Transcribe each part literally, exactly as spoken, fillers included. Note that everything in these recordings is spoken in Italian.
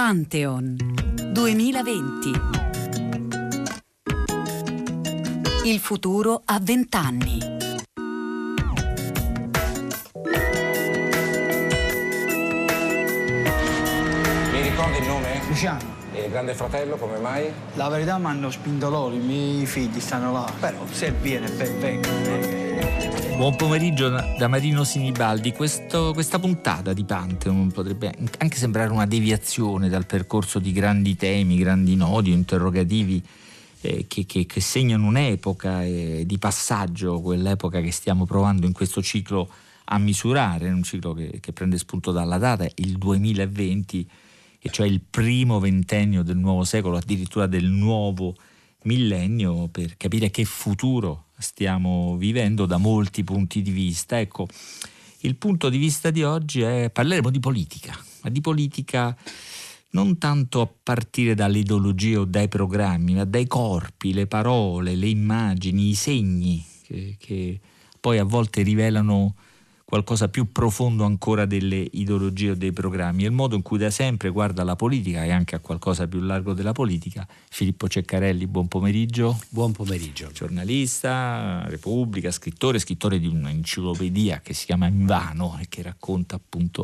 Pantheon duemilaventi. Il futuro a vent'anni. Mi ricordi il nome? Luciano. E il Grande Fratello come mai? La verità mi hanno spinto loro, i miei figli stanno là. Però se viene ben vengo. Buon pomeriggio da Marino Sinibaldi. Questo, questa puntata di Pantheon potrebbe anche sembrare una deviazione dal percorso di grandi temi, grandi nodi, interrogativi eh, che, che, che segnano un'epoca eh, di passaggio, quell'epoca che stiamo provando in questo ciclo a misurare, un ciclo che, che prende spunto dalla data, il duemilaventi, e cioè il primo ventennio del nuovo secolo, addirittura del nuovo millennio, per capire che futuro stiamo vivendo da molti punti di vista. Ecco, il punto di vista di oggi è parleremo di politica, ma di politica non tanto a partire dalle ideologie o dai programmi, ma dai corpi, le parole, le immagini, i segni che, che poi a volte rivelano qualcosa più profondo ancora delle ideologie o dei programmi. È il modo in cui da sempre guarda la politica e anche a qualcosa più largo della politica. Filippo Ceccarelli, buon pomeriggio. Buon pomeriggio. Giornalista, Repubblica, scrittore, scrittore di un'enciclopedia che si chiama Invano e che racconta appunto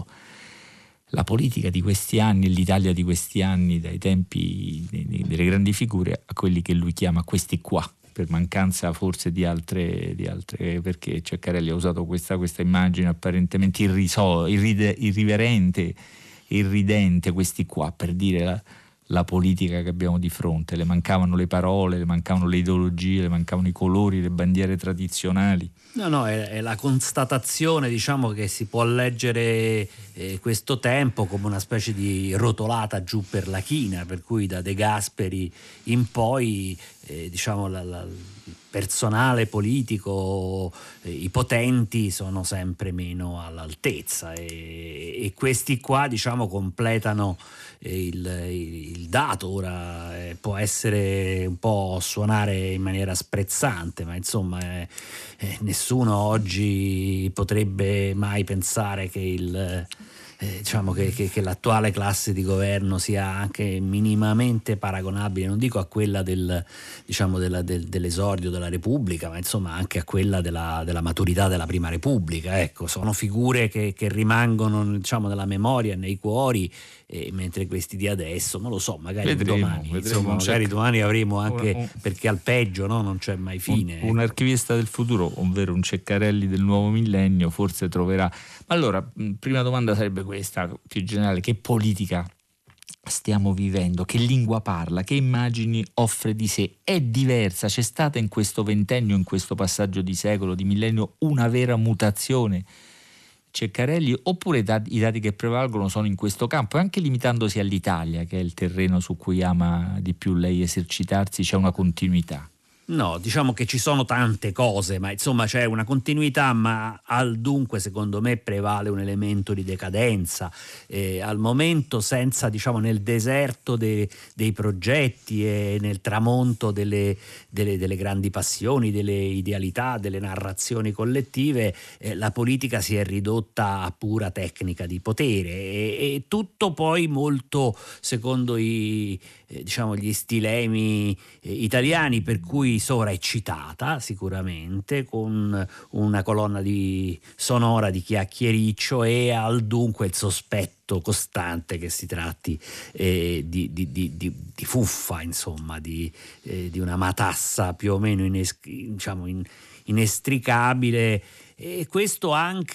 la politica di questi anni, l'Italia di questi anni, dai tempi delle grandi figure a quelli che lui chiama questi qua, per mancanza forse di altre, di altre perché Ceccarelli ha usato questa, questa immagine apparentemente irriso, irride, irriverente, irridente, questi qua, per dire la, la politica che abbiamo di fronte. Le mancavano le parole, le mancavano le ideologie, le mancavano i colori, le bandiere tradizionali. No, no, è, è la constatazione, diciamo, che si può leggere eh, questo tempo come una specie di rotolata giù per la china, per cui da De Gasperi in poi eh, diciamo la, la, il personale politico, eh, i potenti sono sempre meno all'altezza e, e questi qua, diciamo, completano eh, il, il dato. Ora eh, può essere un po' suonare in maniera sprezzante, ma insomma eh, eh, nessuno oggi potrebbe mai pensare che il Eh, diciamo che, che, che l'attuale classe di governo sia anche minimamente paragonabile, non dico a quella del, diciamo della, del, dell'esordio della Repubblica, ma insomma anche a quella della, della maturità della Prima Repubblica. Ecco, sono figure che, che rimangono, diciamo, nella memoria e nei cuori, eh, mentre questi di adesso non lo so, magari vedremo, domani vedremo, insomma, magari domani avremo anche un, un, perché al peggio, no? Non c'è mai fine. Un, un archivista del futuro, ovvero un Ceccarelli del nuovo millennio, forse troverà. Ma allora, prima domanda sarebbe questa, più generale: che politica stiamo vivendo? Che lingua parla? Che immagini offre di sé? È diversa? C'è stata in questo ventennio, in questo passaggio di secolo, di millennio, una vera mutazione, Ceccarelli, oppure i dati che prevalgono sono in questo campo? E anche limitandosi all'Italia, che è il terreno su cui ama di più lei esercitarsi, c'è una continuità? No, diciamo che ci sono tante cose, ma insomma c'è una continuità, ma al dunque secondo me prevale un elemento di decadenza. Eh, al momento, senza, diciamo, nel deserto de, dei progetti e nel tramonto delle, delle, delle grandi passioni, delle idealità, delle narrazioni collettive, eh, la politica si è ridotta a pura tecnica di potere e, e tutto poi molto secondo i, eh, diciamo, gli stilemi eh, italiani, per cui sovraeccitata sicuramente, con una colonna di sonora di chiacchiericcio e al dunque il sospetto costante che si tratti eh, di, di, di, di, di fuffa, insomma, di, eh, di una matassa più o meno ines- diciamo in, inestricabile. E questo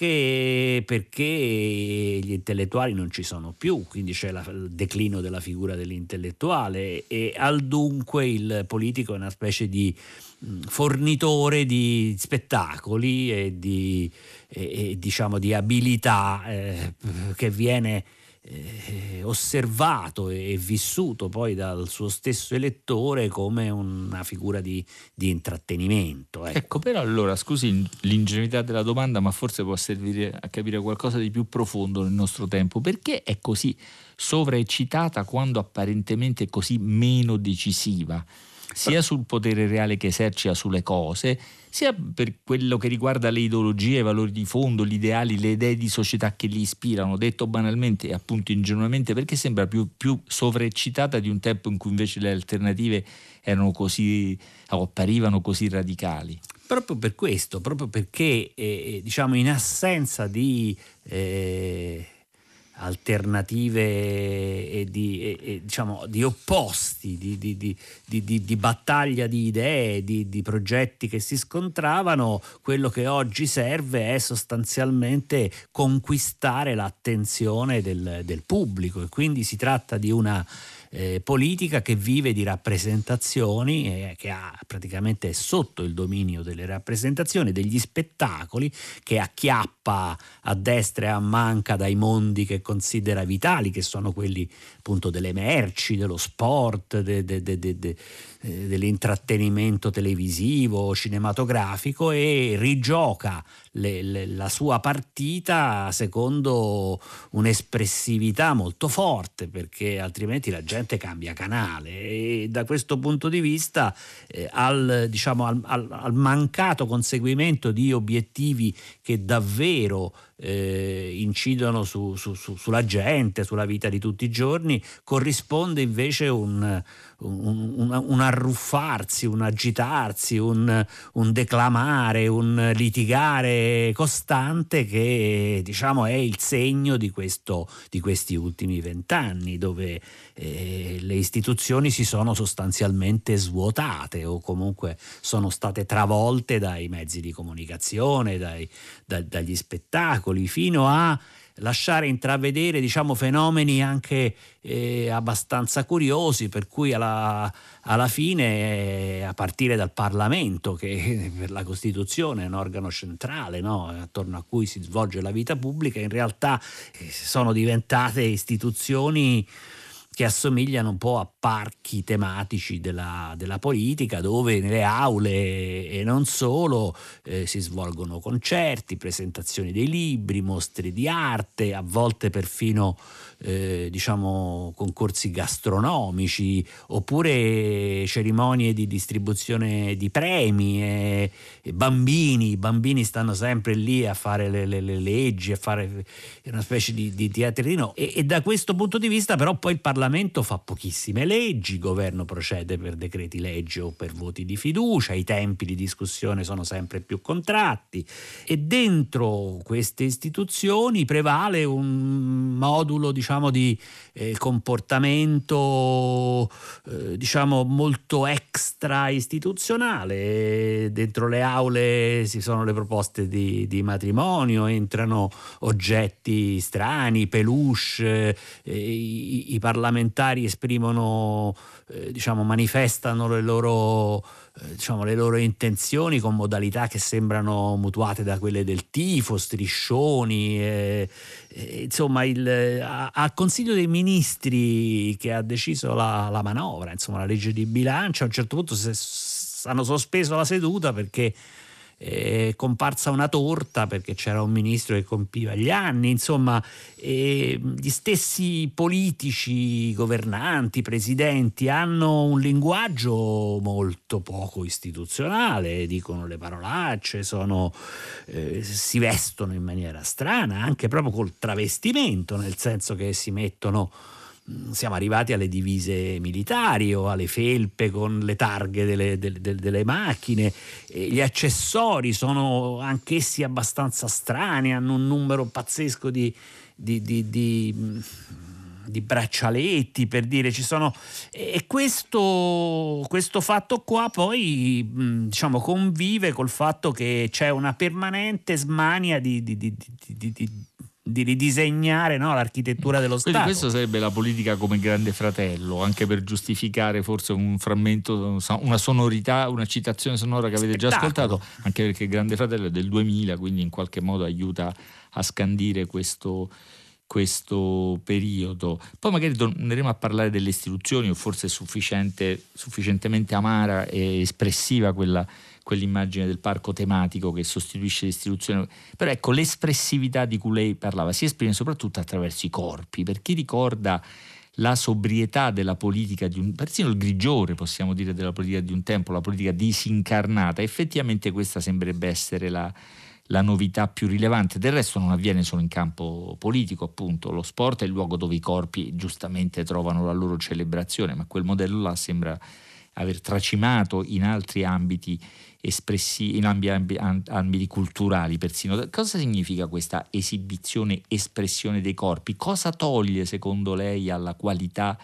anche perché gli intellettuali non ci sono più, quindi c'è la, il declino della figura dell'intellettuale e al dunque il politico è una specie di fornitore di spettacoli e di, e, e, diciamo, di abilità eh, che viene Eh, osservato e vissuto poi dal suo stesso elettore come una figura di, di intrattenimento. Ecco. ecco, però allora, scusi l'ingenuità della domanda, ma forse può servire a capire qualcosa di più profondo nel nostro tempo. Perché è così sovraeccitata quando apparentemente è così meno decisiva? sia sul potere reale che esercita sulle cose, sia per quello che riguarda le ideologie, i valori di fondo, gli ideali, le idee di società che li ispirano, detto banalmente e appunto ingenuamente, perché sembra più, più sovraeccitata di un tempo in cui invece le alternative erano così, o apparivano così radicali. Proprio per questo, proprio perché eh, diciamo in assenza di eh, alternative e di, e, e, diciamo, di opposti, di, di, di, di, di battaglia di idee, di, di progetti che si scontravano, quello che oggi serve è sostanzialmente conquistare l'attenzione del, del pubblico, e quindi si tratta di una Eh, politica che vive di rappresentazioni, eh, che ha praticamente è sotto il dominio delle rappresentazioni, degli spettacoli, che acchiappa a destra e a manca dai mondi che considera vitali, che sono quelli appunto delle merci, dello sport, de, de, de, de, de, eh, dell'intrattenimento televisivo, cinematografico, e rigioca le, le, la sua partita secondo un'espressività molto forte, perché altrimenti la gente cambia canale, e da questo punto di vista eh, al, diciamo, al, al, al mancato conseguimento di obiettivi che davvero eh, incidono su, su, su, sulla gente, sulla vita di tutti i giorni, corrisponde invece un, un, un, un arruffarsi, un agitarsi, un, un declamare, un litigare costante che, diciamo, è il segno di questo, di questi ultimi vent'anni, dove eh, le istituzioni si sono sostanzialmente svuotate, o comunque sono state travolte dai mezzi di comunicazione, dai, da, dagli spettacoli, fino a lasciare intravedere, diciamo, fenomeni anche eh, abbastanza curiosi, per cui alla, alla fine, eh, a partire dal Parlamento, che per la Costituzione è un organo centrale, no? Attorno a cui si svolge la vita pubblica, in realtà eh, sono diventate istituzioni che assomigliano un po' a parchi tematici della, della politica, dove nelle aule e non solo eh, si svolgono concerti, presentazioni dei libri, mostre di arte, a volte perfino eh, diciamo concorsi gastronomici, oppure cerimonie di distribuzione di premi, e, e bambini, i bambini stanno sempre lì a fare le, le, le leggi, a fare una specie di, di teatrino, e, e da questo punto di vista però poi il Parlamento Il Parlamento fa pochissime leggi, il governo procede per decreti legge o per voti di fiducia, i tempi di discussione sono sempre più contratti, e dentro queste istituzioni prevale un modulo, diciamo, di eh, comportamento eh, diciamo molto extra istituzionale. Dentro le aule ci sono le proposte di, di matrimonio, entrano oggetti strani, peluche, eh, i, i parlamentari esprimono, eh, diciamo, manifestano le loro, eh, diciamo, le loro intenzioni con modalità che sembrano mutuate da quelle del tifo, striscioni, eh, eh, insomma il, a, al Consiglio dei Ministri, che ha deciso la, la manovra, insomma la legge di bilancio, a un certo punto si, hanno sospeso la seduta perché è comparsa una torta, perché c'era un ministro che compiva gli anni, insomma, e gli stessi politici, governanti, presidenti hanno un linguaggio molto poco istituzionale, dicono le parolacce, sono, eh, si vestono in maniera strana, anche proprio col travestimento, nel senso che si mettono, siamo arrivati alle divise militari o alle felpe con le targhe delle, delle, delle macchine, e gli accessori sono anch'essi abbastanza strani, hanno un numero pazzesco di, di, di, di, di braccialetti, per dire, ci sono, e questo, questo fatto qua poi, diciamo, convive col fatto che c'è una permanente smania di, di, di, di, di, di di ridisegnare, no, l'architettura dello Stato. Quindi questo sarebbe la politica come Grande Fratello, anche per giustificare forse un frammento, una sonorità, una citazione sonora che avete già ascoltato, anche perché Grande Fratello è del duemila, quindi in qualche modo aiuta a scandire questo, questo periodo. Poi magari torneremo a parlare delle istituzioni, o forse è sufficiente, sufficientemente amara e espressiva quella quell'immagine del parco tematico che sostituisce l'istituzione. Però ecco, l'espressività di cui lei parlava si esprime soprattutto attraverso i corpi. Per chi ricorda la sobrietà della politica di un, persino il grigiore possiamo dire della politica di un tempo, la politica disincarnata, effettivamente questa sembrerebbe essere la, la novità più rilevante. Del resto non avviene solo in campo politico, appunto, lo sport è il luogo dove i corpi giustamente trovano la loro celebrazione, ma quel modello là sembra aver tracimato in altri ambiti espressi, in ambiti, ambiti culturali persino. Cosa significa questa esibizione, espressione dei corpi? Cosa toglie secondo lei alla qualità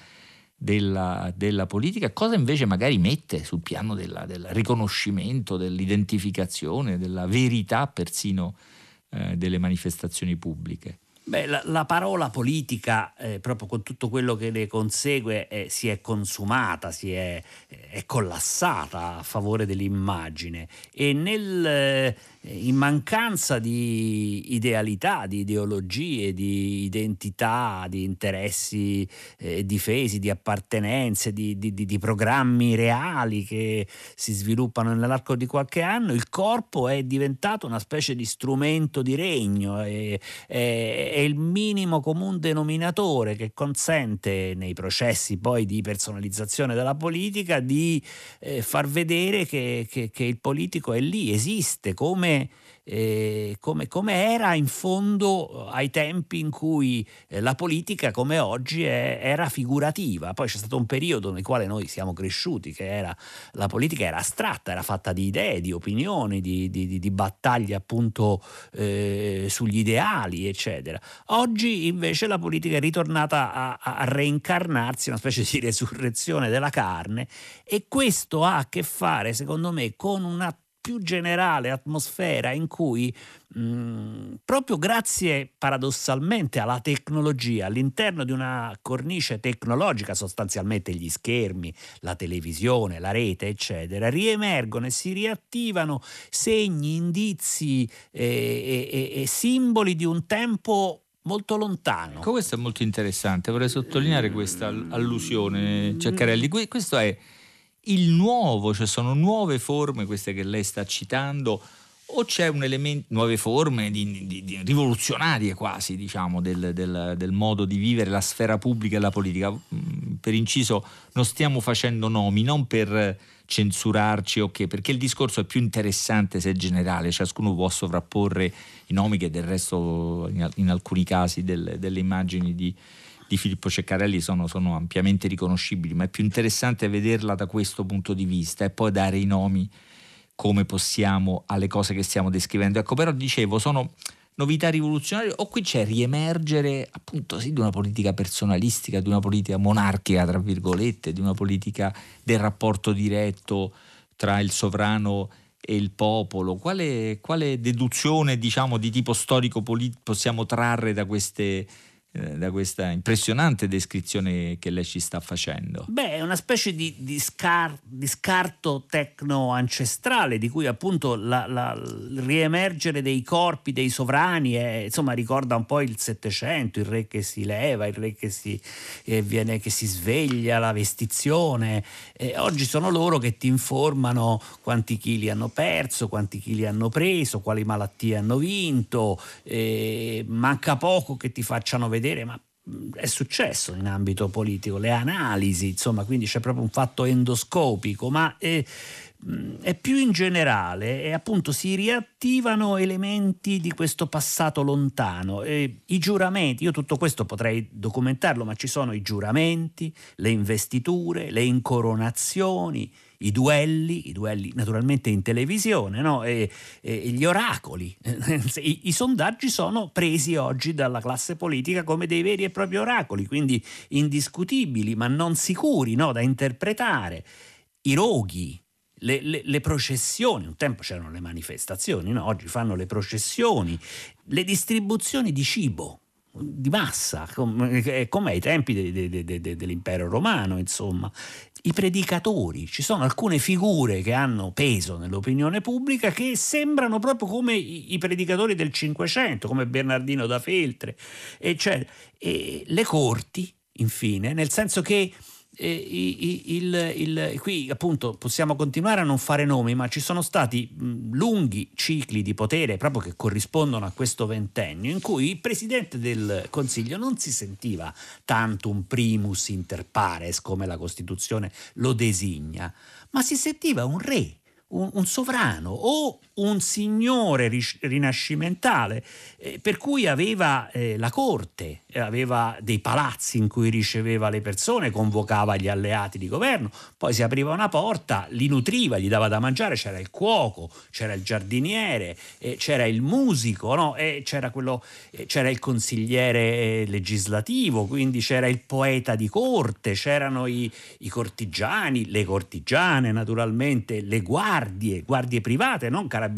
della, della politica? Cosa invece magari mette sul piano della, del riconoscimento, dell'identificazione, della verità persino eh, delle manifestazioni pubbliche? Beh, la, la parola politica, eh, proprio con tutto quello che ne consegue, eh, si è consumata, si è, è collassata a favore dell'immagine, e nel, eh, in mancanza di idealità, di ideologie, di identità, di interessi eh, difesi, di appartenenze, di, di, di, di programmi reali che si sviluppano nell'arco di qualche anno, il corpo è diventato una specie di strumento di regno, è, è, è il minimo comune denominatore che consente nei processi poi di personalizzazione della politica di eh, far vedere che, che, che il politico è lì, esiste come Eh, come, come era in fondo ai tempi in cui eh, la politica come oggi è, era figurativa. Poi c'è stato un periodo nel quale noi siamo cresciuti, che era la politica era astratta, era fatta di idee, di opinioni, di, di, di, di battaglie appunto eh, sugli ideali, eccetera. Oggi invece la politica è ritornata a, a reincarnarsi, una specie di resurrezione della carne, e questo ha a che fare secondo me con una più generale atmosfera in cui mh, proprio grazie paradossalmente alla tecnologia, all'interno di una cornice tecnologica, sostanzialmente gli schermi, la televisione, la rete eccetera, riemergono e si riattivano segni, indizi e, e, e simboli di un tempo molto lontano. Ecco, questo è molto interessante, vorrei sottolineare questa allusione, Ceccarelli. Questo è il nuovo, cioè sono nuove forme queste che lei sta citando, o c'è un elemento, nuove forme di, di, di rivoluzionarie quasi, diciamo, del, del, del modo di vivere la sfera pubblica e la politica? Per inciso, non stiamo facendo nomi, non per censurarci o che, perché il discorso è più interessante se è generale, ciascuno può sovrapporre i nomi che del resto in, in alcuni casi del, delle immagini di di Filippo Ceccarelli sono, sono ampiamente riconoscibili, ma è più interessante vederla da questo punto di vista e poi dare i nomi come possiamo alle cose che stiamo descrivendo. Ecco, però dicevo, sono novità rivoluzionarie o qui c'è riemergere appunto sì di una politica personalistica, di una politica monarchica tra virgolette, di una politica del rapporto diretto tra il sovrano e il popolo? Quale, quale deduzione, diciamo, di tipo storico politico possiamo trarre da queste da questa impressionante descrizione che lei ci sta facendo? Beh, è una specie di, di, scar, di scarto tecno-ancestrale di cui appunto la, la, il riemergere dei corpi dei sovrani è, insomma, ricorda un po' il Settecento, il re che si leva, il re che si, eh, viene, che si sveglia, la vestizione. Eh, oggi sono loro che ti informano quanti chili hanno perso, quanti chili hanno preso, quali malattie hanno vinto, eh, manca poco che ti facciano vedere ma è successo in ambito politico, le analisi, insomma, quindi c'è proprio un fatto endoscopico, ma è, è più in generale e appunto si riattivano elementi di questo passato lontano. E i giuramenti, io tutto questo potrei documentarlo, ma ci sono i giuramenti, le investiture, le incoronazioni, i duelli, i duelli naturalmente in televisione, no? e, e gli oracoli. I, I sondaggi sono presi oggi dalla classe politica come dei veri e propri oracoli, quindi indiscutibili ma non sicuri, no? Da interpretare. I roghi, le, le, le processioni, un tempo c'erano le manifestazioni, no? Oggi fanno le processioni, le distribuzioni di cibo di massa, come, come ai tempi de, de, de, de, dell'impero romano, insomma. I predicatori, ci sono alcune figure che hanno peso nell'opinione pubblica che sembrano proprio come i, i predicatori del Cinquecento, come Bernardino da Feltre, e, cioè, e le corti, infine, nel senso che eh, il, il, il, qui appunto possiamo continuare a non fare nomi, ma ci sono stati mh, lunghi cicli di potere proprio che corrispondono a questo ventennio in cui il Presidente del Consiglio non si sentiva tanto un primus inter pares come la Costituzione lo designa, ma si sentiva un re, un, un sovrano o un signore rinascimentale, eh, per cui aveva eh, la corte, aveva dei palazzi in cui riceveva le persone, convocava gli alleati di governo, poi si apriva una porta, li nutriva, gli dava da mangiare, c'era il cuoco, c'era il giardiniere, eh, c'era il musico, no? E c'era, quello, eh, c'era il consigliere legislativo, quindi c'era il poeta di corte, c'erano i, i cortigiani, le cortigiane naturalmente, le guardie, guardie private, non carabinieri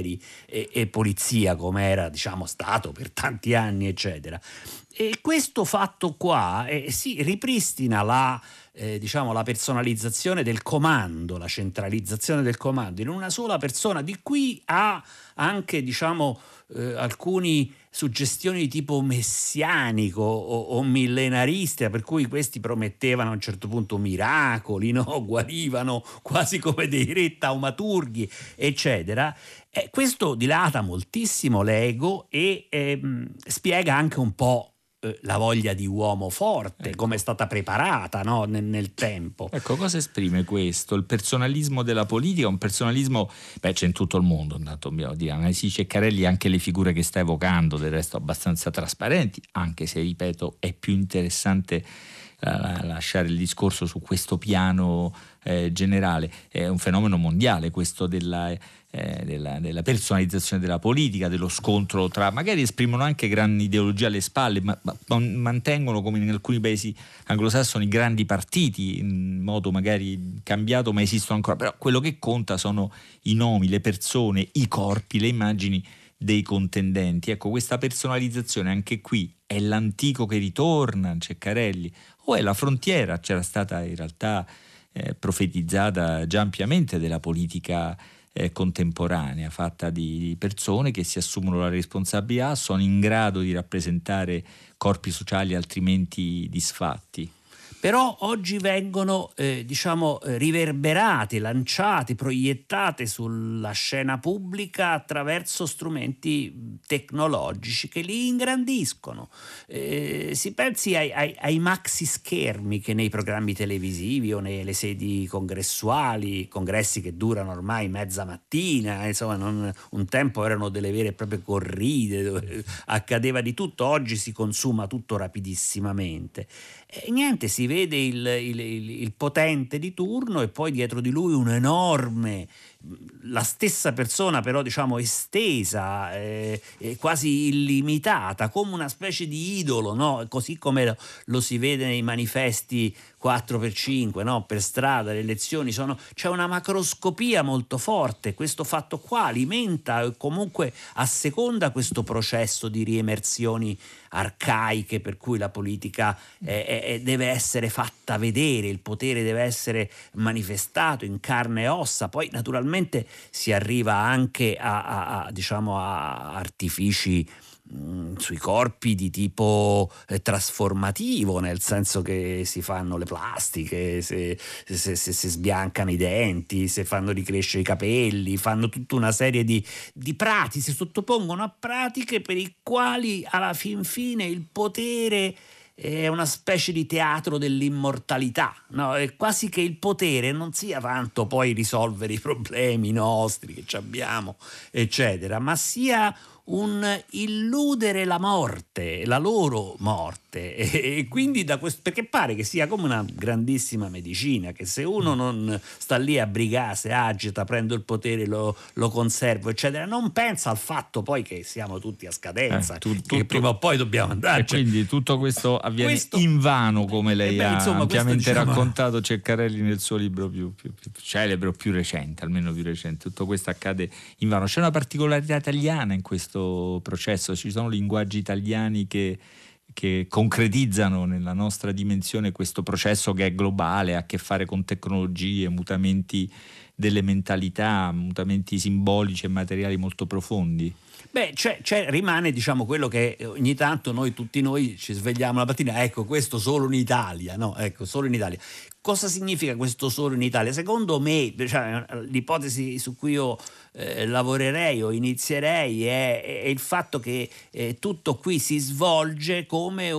e, e polizia come era, diciamo, stato per tanti anni, eccetera. E questo fatto qua eh, si ripristina la, eh, diciamo, la personalizzazione del comando, la centralizzazione del comando in una sola persona, di cui ha anche, diciamo, eh, alcuni suggestioni di tipo messianico o, o millenarista, per cui questi promettevano a un certo punto miracoli, no? Guarivano quasi come dei re taumaturghi, eccetera. Eh, questo dilata moltissimo l'ego e ehm, spiega anche un po' la voglia di uomo forte, ecco, come è stata preparata, no? nel, nel tempo. Ecco, cosa esprime questo? Il personalismo della politica, un personalismo, beh, c'è in tutto il mondo, intanto dobbiamo dire, ma sì, Ceccarelli, anche le figure che sta evocando, del resto abbastanza trasparenti, anche se, ripeto, è più interessante uh, lasciare il discorso su questo piano eh, generale. È un fenomeno mondiale questo della Eh, della, della personalizzazione della politica, dello scontro tra, magari esprimono anche grandi ideologie alle spalle, ma, ma mantengono, come in alcuni paesi anglosassoni, grandi partiti in modo magari cambiato, ma esistono ancora. Però quello che conta sono i nomi, le persone, i corpi, le immagini dei contendenti. Ecco, questa personalizzazione anche qui è l'antico che ritorna, Ceccarelli, o è la frontiera? C'era stata in realtà eh, profetizzata già ampiamente della politica Eh, contemporanea, fatta di persone che si assumono la responsabilità, sono in grado di rappresentare corpi sociali altrimenti disfatti. Però oggi vengono eh, diciamo riverberate, lanciate, proiettate sulla scena pubblica attraverso strumenti tecnologici che li ingrandiscono. Eh, si pensi ai, ai, ai maxi schermi che nei programmi televisivi o nelle sedi congressuali, congressi che durano ormai mezza mattina, insomma non, un tempo erano delle vere e proprie corride dove accadeva di tutto, oggi si consuma tutto rapidissimamente. E niente, si vede il, il, il potente di turno e poi dietro di lui un enorme, la stessa persona però diciamo estesa, eh, eh, quasi illimitata, come una specie di idolo, no? Così come lo, lo si vede nei manifesti quattro per cinque, no? Per strada, le elezioni, sono, c'è una macroscopia molto forte. Questo fatto qua alimenta e comunque asseconda questo processo di riemersioni arcaiche per cui la politica eh, eh, deve essere fatta vedere, il potere deve essere manifestato in carne e ossa. Poi naturalmente si arriva anche a, a, a diciamo a artifici mh, sui corpi di tipo eh, trasformativo, nel senso che si fanno le plastiche, se, se, se, se sbiancano i denti, se fanno ricrescere i capelli, fanno tutta una serie di, di pratiche, si sottopongono a pratiche per i quali alla fin fine il potere è una specie di teatro dell'immortalità, no? È quasi che il potere non sia tanto poi risolvere i problemi nostri che ci abbiamo, eccetera, ma sia un illudere la morte, la loro morte, e quindi da questo, perché pare che sia come una grandissima medicina, che se uno non sta lì a brigare, se agita, prendo il potere, lo, lo conservo, eccetera, non pensa al fatto poi che siamo tutti a scadenza, eh, tu, che tutto, prima o poi dobbiamo andare. E quindi tutto questo avviene questo, invano, come lei beh, ha insomma, ampiamente questo, diciamo, raccontato Ceccarelli nel suo libro più, più, più celebre o più recente, almeno più recente. Tutto questo accade invano. C'è una particolarità italiana in questo processo, ci sono linguaggi italiani che, che concretizzano nella nostra dimensione questo processo che è globale, ha a che fare con tecnologie, mutamenti delle mentalità, mutamenti simbolici e materiali molto profondi. Beh, c'è, c'è, rimane diciamo quello che ogni tanto noi tutti noi ci svegliamo la mattina, ecco questo solo in Italia, no? Ecco, solo in Italia. Cosa significa questo solo in Italia? Secondo me, cioè, l'ipotesi su cui io eh, lavorerei o inizierei è, è il fatto che eh, tutto qui si svolge come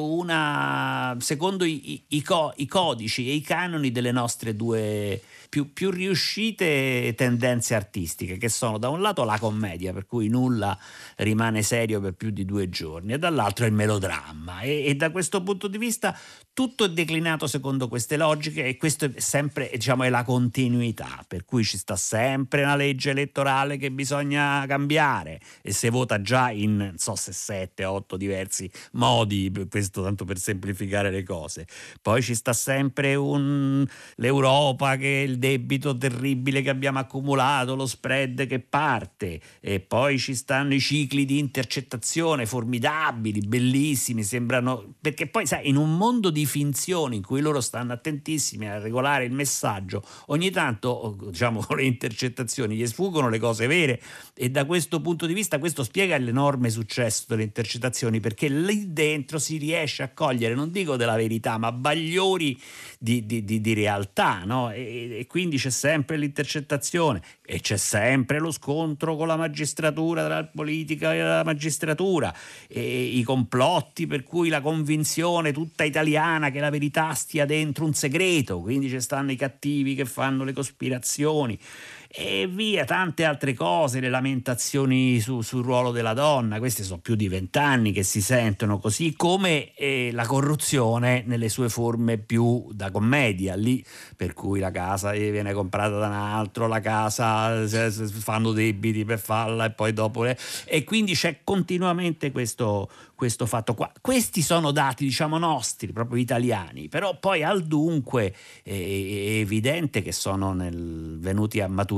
una, secondo i, i, i, co, i codici e i canoni delle nostre due più, più riuscite tendenze artistiche, che sono da un lato la commedia, per cui nulla rimane serio per più di due giorni, e dall'altro il melodramma, e, e da questo punto di vista tutto è declinato secondo queste logiche, e questo è sempre, diciamo, è la continuità, per cui ci sta sempre una legge elettorale che bisogna cambiare, e si vota già in non so se sette otto diversi modi, questo tanto per semplificare le cose. Poi ci sta sempre un, l'Europa, che è il debito terribile che abbiamo accumulato, lo spread che parte, e poi ci stanno i cicli di intercettazione formidabili, bellissimi, sembrano, perché poi sai, in un mondo di finzioni in cui loro stanno attentissimi a regolare il messaggio, ogni tanto, diciamo, con le intercettazioni gli sfuggono le cose vere, e da questo punto di vista questo spiega l'enorme successo delle intercettazioni, perché lì dentro si riesce a cogliere, non dico della verità, ma bagliori di, di, di, di realtà, no? E, e quindi c'è sempre l'intercettazione, e c'è sempre lo scontro con la magistratura, tra la politica e la magistratura, e i complotti per cui la convinzione tutta italiana che la verità stia dentro un segreto, quindi ci stanno i cattivi che fanno le cospirazioni e via, tante altre cose, le lamentazioni su, sul ruolo della donna. Questi sono più di vent'anni che si sentono, così come eh, la corruzione nelle sue forme più da commedia, lì per cui la casa viene comprata da un altro, la casa fanno debiti per farla e poi dopo le... e quindi c'è continuamente questo, questo fatto qua. Questi sono dati, diciamo, nostri, proprio italiani, però poi al dunque è, è evidente che sono nel, venuti a maturare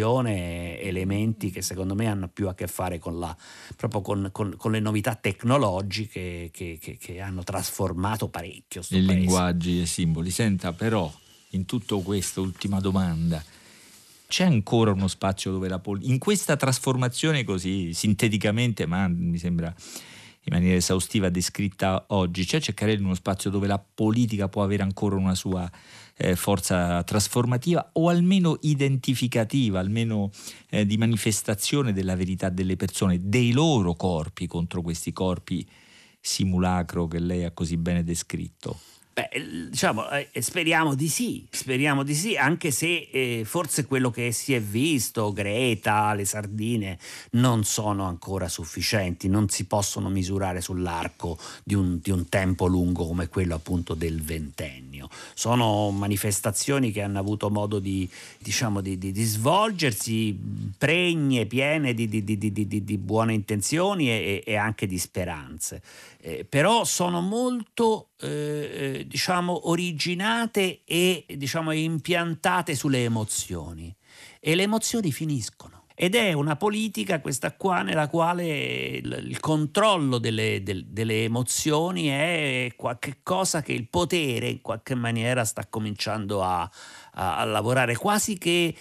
elementi che secondo me hanno più a che fare con la proprio con, con, con le novità tecnologiche che, che, che hanno trasformato parecchio sto i paese. Linguaggi e simboli. Senta, però in tutto questo, ultima domanda, c'è ancora uno spazio dove la politica, in questa trasformazione così sinteticamente, ma mi sembra in maniera esaustiva descritta oggi, c'è cercare uno spazio dove la politica può avere ancora una sua eh, forza trasformativa, o almeno identificativa, almeno eh, di manifestazione della verità delle persone, dei loro corpi contro questi corpi simulacro che lei ha così bene descritto? Beh, diciamo, eh, speriamo di sì, speriamo di sì, anche se eh, forse quello che si è visto, Greta, le sardine, non sono ancora sufficienti, non si possono misurare sull'arco di un, di un tempo lungo come quello appunto del ventennio. Sono manifestazioni che hanno avuto modo di, diciamo, di, di, di svolgersi pregne, piene di, di, di, di, di, di buone intenzioni e, e anche di speranze. Eh, però sono molto eh, diciamo originate e diciamo impiantate sulle emozioni, e le emozioni finiscono. Ed è una politica questa qua nella quale il, il controllo delle, del, delle emozioni è qualche cosa che il potere in qualche maniera sta cominciando a, a, a lavorare, quasi che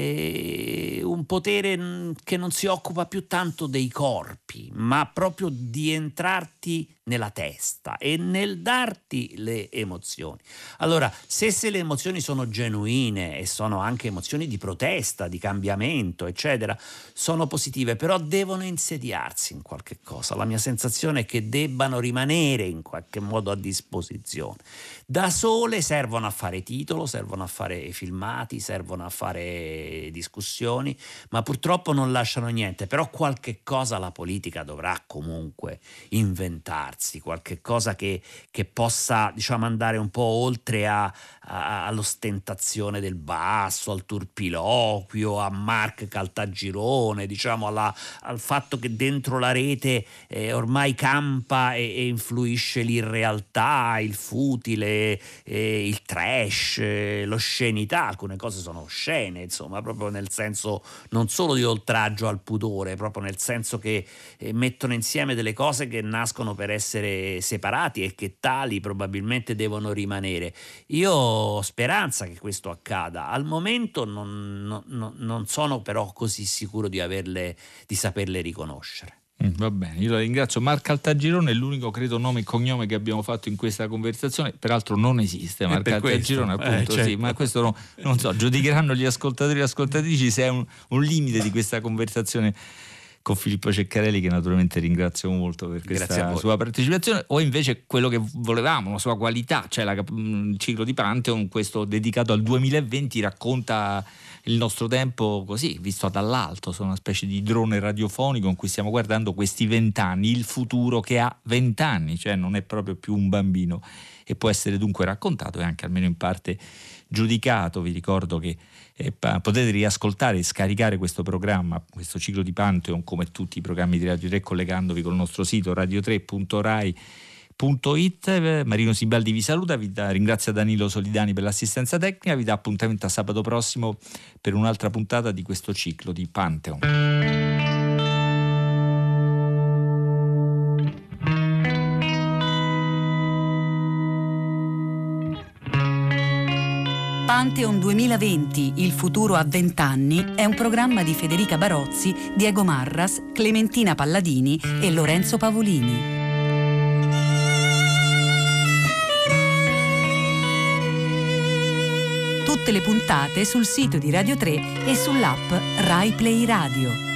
eh, un potere che non si occupa più tanto dei corpi, ma proprio di entrarti nella testa e nel darti le emozioni. Allora, se, se le emozioni sono genuine e sono anche emozioni di protesta, di cambiamento, eccetera, sono positive, però devono insediarsi in qualche cosa. La mia sensazione è che debbano rimanere in qualche modo a disposizione. Da sole servono a fare titolo, servono a fare filmati, servono a fare discussioni, ma purtroppo non lasciano niente. Però qualche cosa la politica dovrà comunque inventarsi, qualche cosa che, che possa, diciamo, andare un po' oltre a, a, all'ostentazione del basso, al turpiloquio, a Mark Caltagirone, diciamo alla, al fatto che dentro la rete eh, ormai campa e, e influisce l'irrealtà, il futile, eh, il trash, eh, l'oscenità. Alcune cose sono oscene, insomma, proprio nel senso non solo di oltraggio al pudore, proprio nel senso che eh, mettono insieme delle cose che nascono per essere separati e che tali probabilmente devono rimanere. Io ho speranza che questo accada. Al momento non, non, non sono però così sicuro di averle, di saperle riconoscere. Mm, va bene, io la ringrazio. Marco Altagirone è l'unico, credo, nome e cognome che abbiamo fatto in questa conversazione, peraltro non esiste Marco Altagirone, appunto, eh, certo. Sì, ma questo no, non so, giudicheranno gli ascoltatori e le ascoltatrici se è un, un limite di questa conversazione con Filippo Ceccarelli, che naturalmente ringrazio molto per questa sua partecipazione, o invece quello che volevamo, la sua qualità, cioè la, il ciclo di Pantheon, questo dedicato al duemilaventi, racconta il nostro tempo così, visto dall'alto, sono una specie di drone radiofonico in cui stiamo guardando questi vent'anni, il futuro che ha vent'anni, cioè non è proprio più un bambino e può essere dunque raccontato e anche almeno in parte giudicato. Vi ricordo che eh, potete riascoltare e scaricare questo programma, questo ciclo di Pantheon, come tutti i programmi di Radio tre, collegandovi col nostro sito radio tre punto rai punto it. Marino Sibaldi vi saluta, vi da, ringrazia Danilo Solidani per l'assistenza tecnica, vi dà appuntamento a sabato prossimo per un'altra puntata di questo ciclo di Pantheon. Pantheon duemilaventi, il futuro a vent'anni, è un programma di Federica Barozzi, Diego Marras, Clementina Palladini e Lorenzo Pavolini. Tutte le puntate sul sito di Radio tre e sull'app Rai Play Radio.